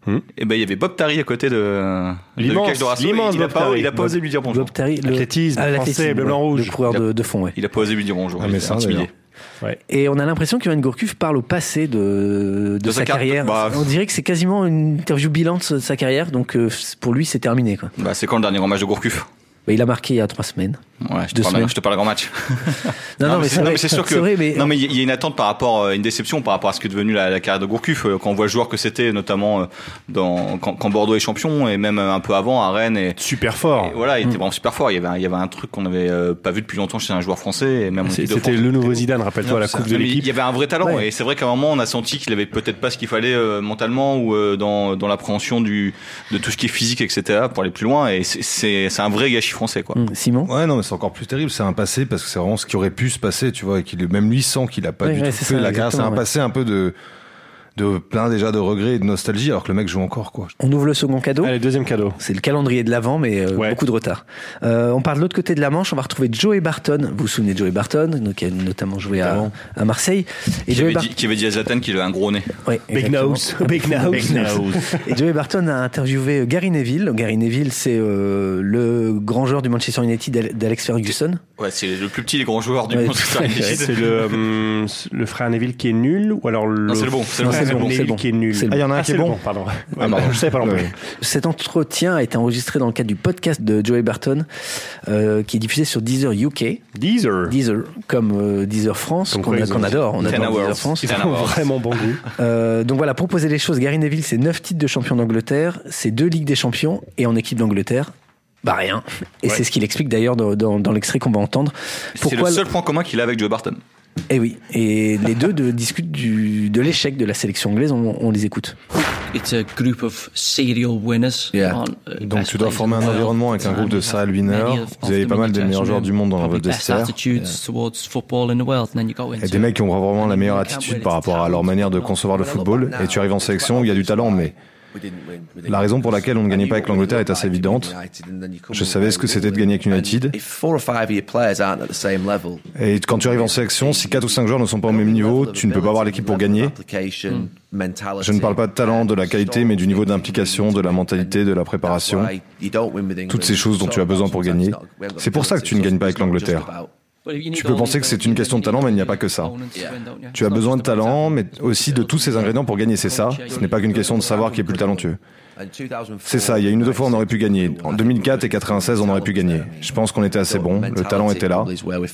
Hmm. Et ben il y avait Bob Tarry à côté de l'immense, de Lukasz Dorasso. l'immense Il a Bob pas, Tarry. il a pas osé lui dire bonjour. Bob Tarry, le- L'athlétisme Ah, français, bleu, blanc, rouge. le coureur Il a- de, de fond, ouais. Il a pas osé lui dire bonjour. Ah, il mais était ça, intimidé. d'ailleurs. Ouais. Et on a l'impression qu'Johan Gourcuff parle au passé de, de, De sa, sa carte- carrière. bah, on dirait que c'est quasiment une interview bilan de sa- de sa carrière, donc euh, pour lui c'est terminé, quoi. Bah, c'est quand le dernier grand match de Gourcuff? Bah, il a marqué il y a trois semaines. Ouais, je te, Deux parle, semaines. je te parle grand match. Non, non, mais c'est vrai, c'est sûr que c'est vrai, mais- non mais il y a une attente par rapport, une déception par rapport à ce qui est devenu la, la carrière de Gourcuff quand on voit le joueur que c'était, notamment euh, dans quand, quand Bordeaux est champion et même un peu avant à Rennes et super fort. Et voilà, il était Mm. vraiment super fort. Il y avait un, il y avait un truc qu'on n'avait euh, pas vu depuis longtemps chez un joueur français et même en C'est- équipe de C'était France. le nouveau Zidane, rappelle-toi, la Ça- coupe de mais l'équipe. Il y avait un vrai talent Ouais. et c'est vrai qu'à un moment on a senti qu'il avait peut-être pas ce qu'il fallait euh, mentalement ou euh, dans dans l'appréhension du de tout ce qui est physique et cetera pour aller plus loin et c'est c'est c'est un vrai gâchis français quoi. Hum, Simon. Ouais, non, mais c'est encore plus terrible. C'est un passé parce que c'est vraiment ce qui aurait pu se passer, tu vois, et qu'il même lui sent qu'il a pas Ouais, du ouais, tout c'est fait ça, la carrière. C'est un exactement, ouais. passé un peu de, de plein déjà de regrets et de nostalgie, alors que le mec joue encore, quoi. On ouvre le second cadeau. Allez, deuxième cadeau. C'est le calendrier de l'avant, mais euh, Ouais. beaucoup de retard. Euh, on part de l'autre côté de la Manche, on va retrouver Joey Barton. Vous vous souvenez de Joey Barton, donc, qui a notamment joué à, à Marseille. Et Qui Joey, avait, Bar- dit, qui avait dit à Zlatan qu'il avait un gros nez. Ouais, Big exactement. nose. Big nose. Big nose. Et Joey Barton a interviewé Gary Neville. Gary Neville, c'est euh, le grand joueur du Manchester United d'Al- d'Alex Ferguson. Ouais, c'est le plus petit des grands joueurs du Ouais. Manchester United. C'est le, hum, le frère Neville qui est nul ou alors le. Non, c'est le bon, c'est le frère bon, c'est le bon, Neville c'est le bon. qui est nul. C'est le Ah, il y en a un Ah, qui est c'est le bon. bon, pardon. Ouais, Ah, pardon. Je savais pas non plus. Ouais. Cet entretien a été enregistré dans le cadre du podcast de Joey Barton, euh, qui est diffusé sur Deezer U K. Deezer. Deezer, comme euh, Deezer France, Comme qu'on quoi, a- ils ont qu'on adore. On Ten adore Deezer hours. France. Ils ont vraiment bon goût. Euh, donc voilà, pour poser les choses, Gary Neville, c'est neuf titres de champion d'Angleterre, c'est deux Ligues des Champions, et en équipe d'Angleterre, bah rien. Et Ouais. c'est ce qu'il explique d'ailleurs dans, dans, dans l'extrait qu'on va entendre. C'est le seul point commun qu'il a avec Joe Barton. Et oui, et les deux de, discutent du, de l'échec de la sélection anglaise, on, on les écoute. It's a group of serial winners. Yeah. aren't, uh, Donc best tu dois players former in un the world. environnement avec un groupe de serial winners. Vous avez pas mal des meilleurs joueurs du monde dans Probably votre best vestiaire. attitudes towards football in the world, and then you go into Et des mecs qui ont vraiment la meilleure attitude par rapport à leur manière de concevoir le football. Et tu arrives en sélection où il y a du talent, mais la raison pour laquelle on ne gagnait pas avec l'Angleterre est assez évidente. Je savais ce que c'était de gagner avec United. Et quand tu arrives en sélection, si quatre ou cinq joueurs ne sont pas au même niveau, tu ne peux pas avoir l'équipe pour gagner. Je ne parle pas de talent, de la qualité, mais du niveau d'implication, de la mentalité, de la préparation. Toutes ces choses dont tu as besoin pour gagner. C'est pour ça que tu ne gagnes pas avec l'Angleterre. Tu peux penser que c'est une question de talent, mais il n'y a pas que ça. Tu as besoin de talent, mais aussi de tous ces ingrédients pour gagner, c'est ça. Ce n'est pas qu'une question de savoir qui est plus talentueux. C'est ça, il y a une ou deux fois on aurait pu gagner. En deux mille quatre et quatre-vingt-seize, on aurait pu gagner. Je pense qu'on était assez bon, le talent était là.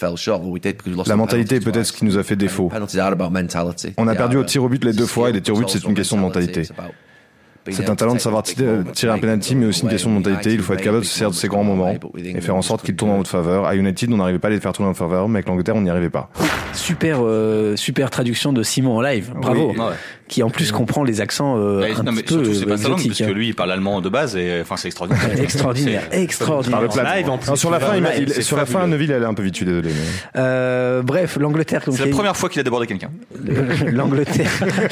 La mentalité est peut-être ce qui nous a fait défaut. On a perdu au tir au but les deux fois, et les tirs au but, c'est une question de mentalité. C'est un talent de savoir tirer tirer un penalty, mais aussi une question de mentalité. Il faut être capable de se servir de ces grands moments et faire en sorte qu'ils tournent en votre faveur. À United, on n'arrivait pas à les faire tourner en votre faveur, mais avec l'Angleterre, on n'y arrivait pas. Super, euh, super traduction de Simon en live. Bravo. Oui. Ouais. Qui en plus comprend les accents euh, Ouais, un non, mais petit peu surtout, c'est pas sa langue, exotiques. parce que lui, il parle allemand de base, et enfin, c'est extraordinaire. Extraordinaire, C'est- extraordinaire. Par le plat live en plus. Non, sur la fin, il m'a- il- c'est sur la fin, fabuleux. Neville, elle est un peu vite, je suis désolé. mais- Euh, bref, l'Angleterre. donc, C'est il y la a- première fois qu'il a débordé quelqu'un. L'Angleterre.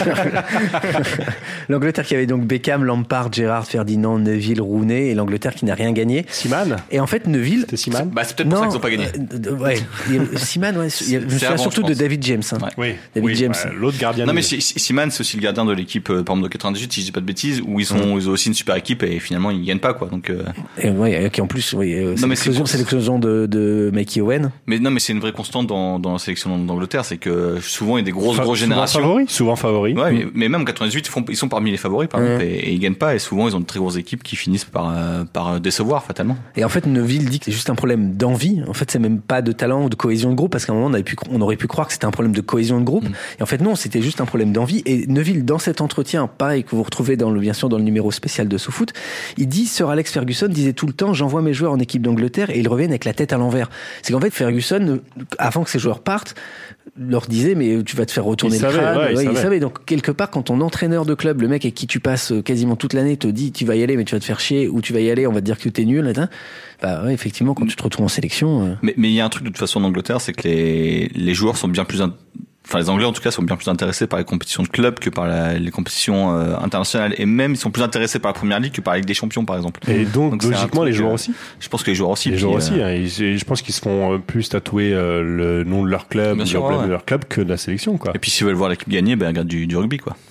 L'Angleterre qui avait donc Beckham, Lampard, Gerrard, Ferdinand, Neville, Rooney, et l'Angleterre qui n'a rien gagné. Seaman. Et en fait, Neville. C'était Seaman. Bah, c'est peut-être pour ça qu'ils n'ont pas gagné. euh, ouais. Il y a- Seaman, ouais. il y a- Je me C'est souviens avant, surtout je de pense. David James. hein. Ouais. Oui. David oui, James. bah, l'autre gardien. Non, de- mais Si- Si- Seaman, c'est aussi le gardien de l'équipe, euh, par exemple, de quatre-vingt-dix-huit, si je dis pas de bêtises, où ils sont, ils ont aussi une super équipe, et finalement, ils gagnent pas, quoi. Donc, euh, Et ouais, qui en plus, oui, euh, c'est Non, mais c'est l'explosion, pour- c'est l'explosion de, de Mikey Owen. mais non, mais c'est une vraie constante dans, dans la sélection d'Angleterre, c'est que souvent, il y a des grosses, Fa- grosses souvent générations. favoris. Souvent favoris. Ouais, mais, mais même en quatre-vingt-dix-huit, ils, font, ils sont parmi les favoris, par Ouais. exemple, et, et ils gagnent pas, et souvent, ils ont de très grosses équipes qui finissent par, euh, par décevoir, fatalement. Et en fait, Neville dit que c'est juste un problème d'envie. En fait, c'est même pas de talent ou de cohésion de groupe, parce qu'à un moment, on, avait pu, on aurait pu croire que c'était un problème de cohésion de groupe. Mm. Et en fait, non, c'était juste un problème d'envie. Et Neville, dans cet entretien, pareil, que vous retrouvez dans le, bien sûr, dans le numéro spécial de SoFoot, il dit, Sir Alex Ferguson disait tout le temps, j'envoie mes joueurs en équipe d'Angleterre et ils reviennent avec la tête à l'envers. C'est qu'en fait, Ferguson, avant que ses joueurs partent, leur disait, mais tu vas te faire retourner Il le savait, crâne. ouais, il Ouais, il savait. savait. Donc, quelque part, quand ton entraîneur de club, le mec avec qui tu passes quasiment toute l'année, te dit, tu vas y aller, mais tu vas te faire chier, ou tu vas y aller, on va te dire que t'es nul, hein, bah, ouais, effectivement, quand tu te retrouves en sélection, euh, Mais mais il y a un truc de toute façon en Angleterre, c'est que les, les joueurs sont bien plus... in- Enfin, les Anglais, en tout cas, sont bien plus intéressés par les compétitions de club que par la- les compétitions euh, internationales. Et même, ils sont plus intéressés par la Première Ligue que par la Ligue des Champions, par exemple. Et donc, c'est un logiquement, truc, les joueurs euh, aussi. Je pense que les joueurs aussi. Les puis, joueurs euh, aussi. hein. Ils- je pense qu'ils se font euh, plus tatouer euh, le nom de leur club, Bien ou sûr, l'emblème ouais. de leur club que de la sélection, quoi. Et puis, s'ils veulent voir l'équipe gagner, ben, regarde du, du rugby, quoi.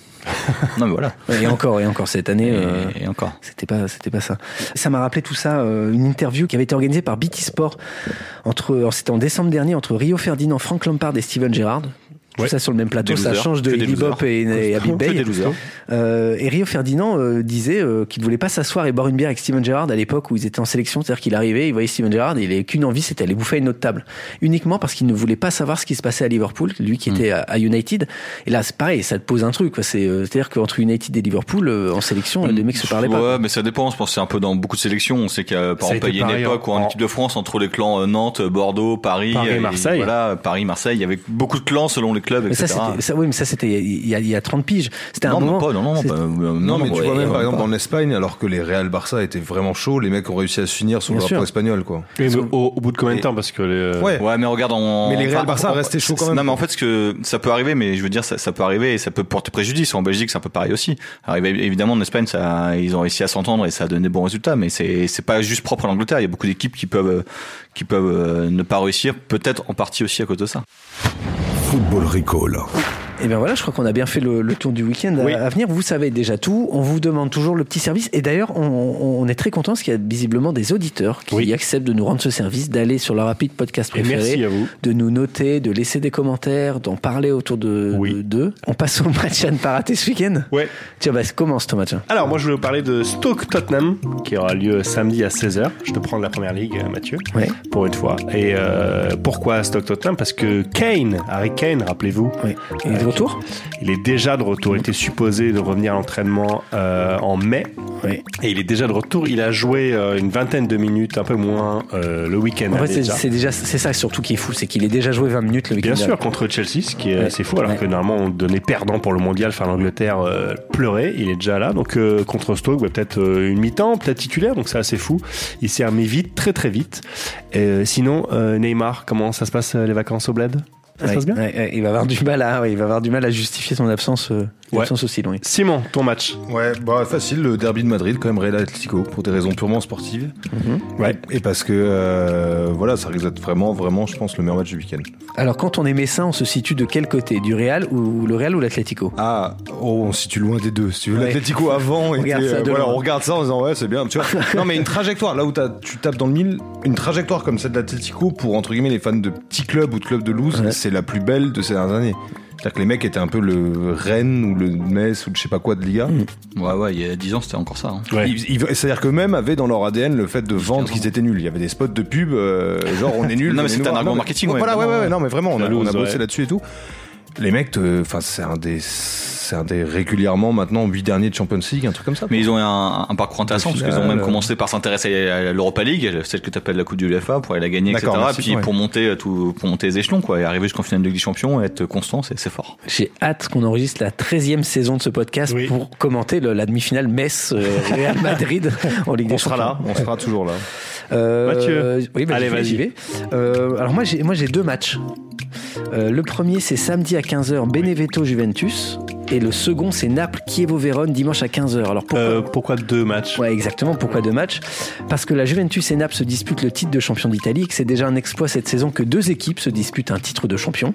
Non mais voilà. Et encore, et encore cette année. Et, euh, et encore. C'était pas, c'était pas ça. Ça m'a rappelé tout ça, euh, une interview qui avait été organisée par B T Sport entre, c'était en décembre dernier entre Rio Ferdinand, Frank Lampard et Steven Gerrard. Tout ouais. ça sur le même plateau, des ça losers. change de Iggy Pop et, et Habib Beye. Euh, et Rio Ferdinand euh, disait euh, qu'il ne voulait pas s'asseoir et boire une bière avec Steven Gerrard à l'époque où ils étaient en sélection. C'est-à-dire qu'il arrivait, il voyait Steven Gerrard et il n'avait qu'une envie, c'était aller bouffer à une autre table. Uniquement parce qu'il ne voulait pas savoir ce qui se passait à Liverpool, lui qui était à, à United. Et là, c'est pareil, ça te pose un truc. Quoi. C'est, euh, c'est-à-dire qu'entre United et Liverpool, euh, en sélection, les mecs se parlaient ouais, pas. Ouais, mais ça dépend. Je pense que c'est un peu dans beaucoup de sélections. On sait qu'il y a, par exemple, il y a une époque où en équipe de France, entre les clans Nantes, Bordeaux, Paris, Paris et, Marseille. Voilà, Paris, Marseille, il y avait beaucoup de clans selon les clubs, et cetera. Ça, oui, mais ça, c'était il y a, il y a trente piges. C'était un non, moment. Pas, non, non, non, pas, non, non, mais tu ouais, vois même, ouais, par exemple, pas. en Espagne, alors que les Real Barça étaient vraiment chauds, les mecs ont réussi à se finir sur le drapeau espagnol, quoi. Oui, mais au, au bout de combien de temps, parce que les... ouais. ouais, mais regarde, en... mais les Real enfin, Barça restaient chauds quand même. Non, mais en fait, ce que ça peut arriver, mais je veux dire, ça, ça peut arriver et ça peut porter préjudice. En Belgique, c'est un peu pareil aussi. Alors, évidemment, en Espagne, ça, ils ont réussi à s'entendre et ça a donné de bons résultats, mais c'est, c'est pas juste propre à l'Angleterre. Il y a beaucoup d'équipes qui peuvent, qui peuvent ne pas réussir, peut-être en partie aussi à cause de ça. Football Recall. Et bien voilà, je crois qu'on a bien fait le, le tour du week-end oui. à, à venir. Vous savez déjà tout. On vous demande toujours le petit service. Et d'ailleurs, on, on est très content parce qu'il y a visiblement des auditeurs qui oui. acceptent de nous rendre ce service, d'aller sur leur rapide podcast préféré, merci à vous. De nous noter, de laisser des commentaires, d'en parler autour de, oui. de d'eux. On passe au match à ne pas rater ce week-end. Ouais. Tiens, bah, commence ton match. Alors, moi, je voulais vous parler de Stoke Tottenham qui aura lieu samedi à seize heures. Je te prends de la première ligue, Mathieu, ouais. pour une fois. Et euh, pourquoi Stoke Tottenham ? Parce que Kane, Harry Kane, rappelez-vous, oui. il est de retour. Il est déjà de retour. Il était supposé de revenir à l'entraînement euh, en mai. Oui. Et il est déjà de retour. Il a joué euh, une vingtaine de minutes, un peu moins, euh, le week-end. En fait, c'est déjà. c'est déjà c'est ça surtout qui est fou, c'est qu'il est déjà joué vingt minutes le week-end. Bien sûr, dernier. Contre Chelsea, ce qui est ouais. assez fou, alors ouais. que normalement on donnait perdant pour le mondial, enfin l'Angleterre euh, pleurait. Il est déjà là. Donc euh, contre Stoke, bah, peut-être euh, une mi-temps, peut-être titulaire. Donc c'est assez fou. Il s'est remis vite, très très vite. Et, sinon, euh, Neymar, comment ça se passe les vacances au bled ? Ça ouais, se passe bien ouais, ouais, il va avoir du mal à, ouais, il va avoir du mal à justifier son absence, euh, ouais. absence aussi longue. Simon, ton match. Ouais, bah facile, le derby de Madrid, quand même, Real Atlético, pour des raisons purement sportives. Mm-hmm. Ouais. Et parce que euh, voilà, ça risque d'être vraiment, vraiment, je pense, le meilleur match du week-end. Alors, quand on est messin, on se situe de quel côté, du Real ou le Real ou l'Atlético ? Ah, oh, on se situe loin des deux. Si tu veux, ouais. L'Atlético avant, on, était, regarde ça euh, voilà, on regarde ça en disant ouais, c'est bien. Tu vois, non, mais une trajectoire, là où t'as, tu tapes dans le mille, une trajectoire comme celle de l'Atlético pour entre guillemets les fans de petits clubs ou de clubs de loose, ouais. c'est la plus belle de ces dernières années. C'est-à-dire que les mecs étaient un peu le Rennes ou le Metz ou le je sais pas quoi de Liga. Mmh. Ouais, ouais, il y a dix ans, c'était encore ça. Hein. Ouais. Ils, ils, c'est-à-dire qu'eux-mêmes avaient dans leur A D N le fait de vendre qu'ils étaient nuls. Il y avait des spots de pub, euh, genre on est nuls. Non, mais c'était un argument marketing. Ouais, voilà, ouais, ouais, ouais, non, mais vraiment, on a, loose, on a bossé ouais. là-dessus et tout. Les mecs, enfin, c'est un des. C'est un des régulièrement maintenant huit derniers de Champions League, un truc comme ça. Mais ils ont eu un, un parcours intéressant parce qu'ils ont même euh... commencé par s'intéresser à l'Europa League, celle que tu appelles la Coupe de l'UEFA, pour aller la gagner, D'accord, et cetera. merci, puis ouais. pour monter tout, pour monter les échelons, quoi, et arriver jusqu'en finale de Ligue des Champions et être constant, c'est, c'est fort. J'ai hâte qu'on enregistre la treizième saison de ce podcast oui. pour commenter le, la demi-finale Metz euh, Real Madrid en Ligue des Champions. On sera là, on sera toujours là. Euh, Mathieu, oui, bah, allez, vas-y. J'y vais. Euh, alors moi j'ai, moi j'ai deux matchs. Euh, le premier c'est samedi à quinze heures Benevento Juventus et le second c'est Naples Chievo Vérone dimanche à quinze heures. Alors pourquoi, euh, pourquoi deux matchs ? Ouais, exactement, pourquoi deux matchs ? Parce que la Juventus et Naples se disputent le titre de champion d'Italie et que c'est déjà un exploit cette saison que deux équipes se disputent un titre de champion.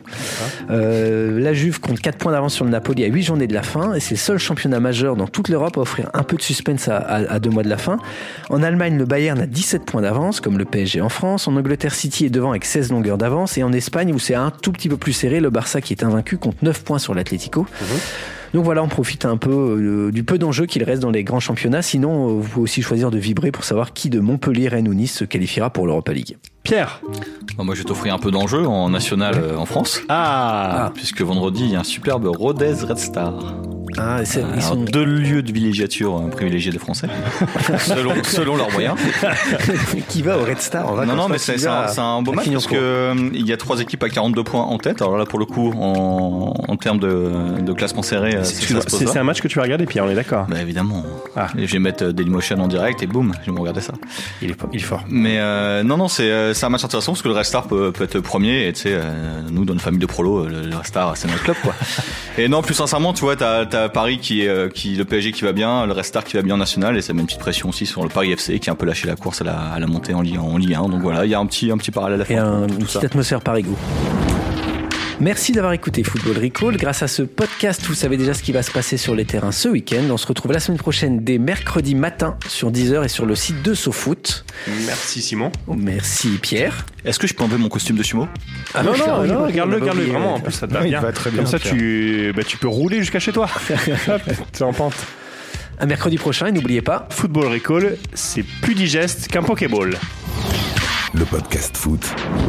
Euh, la Juve compte quatre points d'avance sur le Napoli à huit journées de la fin et c'est le seul championnat majeur dans toute l'Europe à offrir un peu de suspense à, à, à deux mois de la fin. En Allemagne, le Bayern a dix-sept points d'avance comme le P S G en France. En Angleterre, City est devant avec seize longueurs d'avance et en Espagne où c'est un tout petit peu plus serré, le Barça qui est invaincu compte neuf points sur l'Atlético. Mmh. Donc voilà, on profite un peu euh, du peu d'enjeux qu'il reste dans les grands championnats. Sinon, euh, vous pouvez aussi choisir de vibrer pour savoir qui de Montpellier, Rennes ou Nice se qualifiera pour l'Europa League. Pierre. Bon, moi, je vais t'offrir un peu d'enjeux en national euh, en France. Ah. ah Puisque vendredi, il y a un superbe Rodez Red Star. Ah, c'est, Alors, ils sont deux lieux de villégiature privilégiés des Français, selon, selon leurs moyens. Qui va au Red Star en Non, non, mais c'est, c'est, un, c'est un beau match parce que euh, il y a trois équipes à quarante-deux points en tête. Alors là, pour le coup, en, en termes de, de classement serré, c'est, c'est, c'est, c'est un match que tu vas regarder, Pierre, on est d'accord ? Bah évidemment. Ah. Je vais mettre Dailymotion en direct et boum, je vais me regarder ça. Il est, il est fort. Mais euh, non, non, c'est, c'est un match intéressant parce que le Red Star peut, peut être premier. Et tu sais, euh, nous, dans une famille de prolos, le, le Red Star, c'est notre club, quoi. Et non, plus sincèrement, tu vois, t'as, t'as Paris qui est Qui, le P S G qui va bien, le Red Star qui va bien en national et ça met une petite pression aussi sur le Paris F C qui a un peu lâché la course à la, à la montée en Ligue, en Ligue un. Donc voilà, il y a un petit, un petit parallèle à faire. Et un, une petite ça. atmosphère Paris-Go. Merci d'avoir écouté Football Recall. Grâce à ce podcast, vous savez déjà ce qui va se passer sur les terrains ce week-end. On se retrouve la semaine prochaine dès mercredi matin sur dix heures et sur le site de SoFoot. Merci Simon. Merci Pierre. Est-ce que je peux enlever mon costume de sumo? Ah non, non, non, non garde-le, garde-le, vraiment, en plus ça te va Oui, bien. il va très bien. Comme ça, Pierre. tu, bah, tu peux rouler jusqu'à chez toi. T'es en pente. À mercredi prochain et n'oubliez pas, Football Recall, c'est plus digeste qu'un Pokéball. Le podcast foot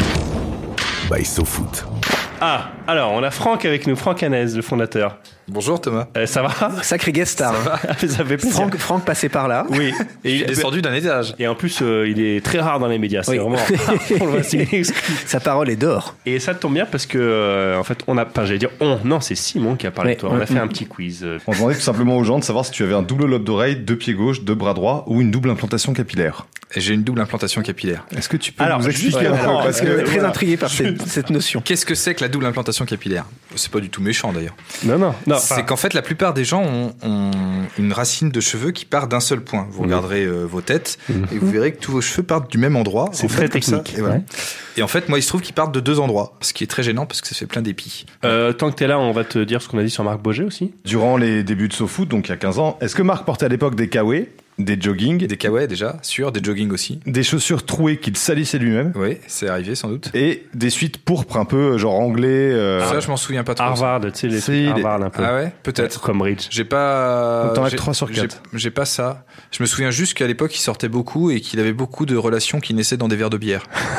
by SoFoot. Ah, alors on a Franck avec nous, Franck Hanez, le fondateur. Bonjour Thomas. Euh, ça va? sacré guest star. Ça va. Ça fait plaisir. Franck, Franck passé par là. Oui. Et il est descendu d'un étage. Et en plus, euh, il est très rare dans les médias. C'est Oui. vraiment rare. On le voit, c'est une excuse. Sa parole est d'or. Et ça tombe bien parce que, euh, en fait, on a, enfin, j'allais dire, on, non, c'est Simon qui a parlé Ouais. de toi. On a fait un petit quiz. euh. On demandait tout simplement aux gens de savoir si tu avais un double lobe d'oreille, deux pieds gauches, deux bras droits ou une double implantation capillaire. J'ai une double implantation capillaire. Est-ce que tu peux Alors, nous expliquer juste- un peu ouais, parce Je que suis très voilà. intrigué par cette, cette notion. Qu'est-ce que c'est que la double implantation capillaire? C'est pas du tout méchant d'ailleurs. Non, non, non. C'est enfin, qu'en fait, la plupart des gens ont, ont une racine de cheveux qui part d'un seul point. Vous regarderez euh, vos têtes et vous verrez que tous vos cheveux partent du même endroit. C'est en très fait, comme ça. technique. Et, voilà. Ouais. Et en fait, moi, il se trouve qu'ils partent de deux endroits, ce qui est très gênant parce que ça fait plein d'épis. euh, tant que t'es là, on va te dire ce qu'on a dit sur Marc Boger aussi. Durant les débuts de SoFoot, donc il y a quinze ans, est-ce que Marc portait à l'époque des Kawaii, des jogging, Des kawaii déjà, sûr, des jogging aussi. des chaussures trouées qu'il salissait lui-même Oui, c'est arrivé sans doute. et des suites pourpres un peu genre anglais euh, Ça, je m'en souviens pas trop. Harvard, tu sais, les Si, trucs les- Harvard un peu. Ah ouais, peut-être. Comme Bridge. J'ai pas. Donc t'en as j'ai- trois sur j'ai- quatre. J'ai pas ça. Je me souviens juste qu'à l'époque, il sortait beaucoup et qu'il avait beaucoup de relations qui naissaient dans des verres de bière.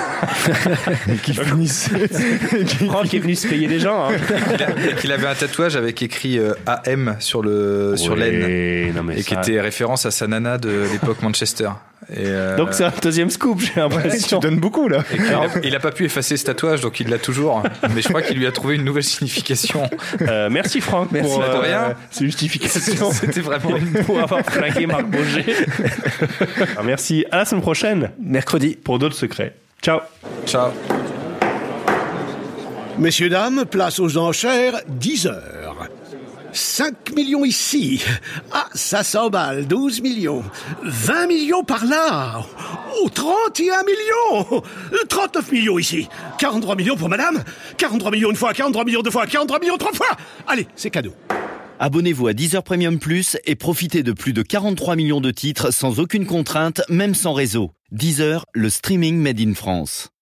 qui finissaient. Franck est venu se payer des gens. Hein. Et qu'il avait un tatouage avec écrit euh, A M sur le sur Ouais, l'aine non, mais et qui ça- était référence à sa nana de l'époque Manchester. Et euh, Donc c'est un deuxième scoop, j'ai Ouais, l'impression. tu donnes beaucoup là. et qu'il a- il a pas pu effacer ce tatouage, donc il l'a toujours. Mais je crois qu'il lui a trouvé une nouvelle signification. Euh, merci Franck Merci, pour de rien. ces justifications. C'était vraiment une pour avoir flingué Marc Boger. Alors, merci. À la semaine prochaine Mercredi. pour d'autres secrets. Ciao. Ciao. Messieurs, dames, place aux enchères, dix heures. cinq millions ici. Ah, ça s'emballe, douze millions. vingt millions par là. Oh, trente et un millions. trente-neuf millions ici. quarante-trois millions pour madame. quarante-trois millions une fois, quarante-trois millions deux fois, quarante-trois millions trois fois. Allez, c'est cadeau. Abonnez-vous à Deezer Premium Plus et profitez de plus de quarante-trois millions de titres sans aucune contrainte, même sans réseau. Deezer, le streaming made in France.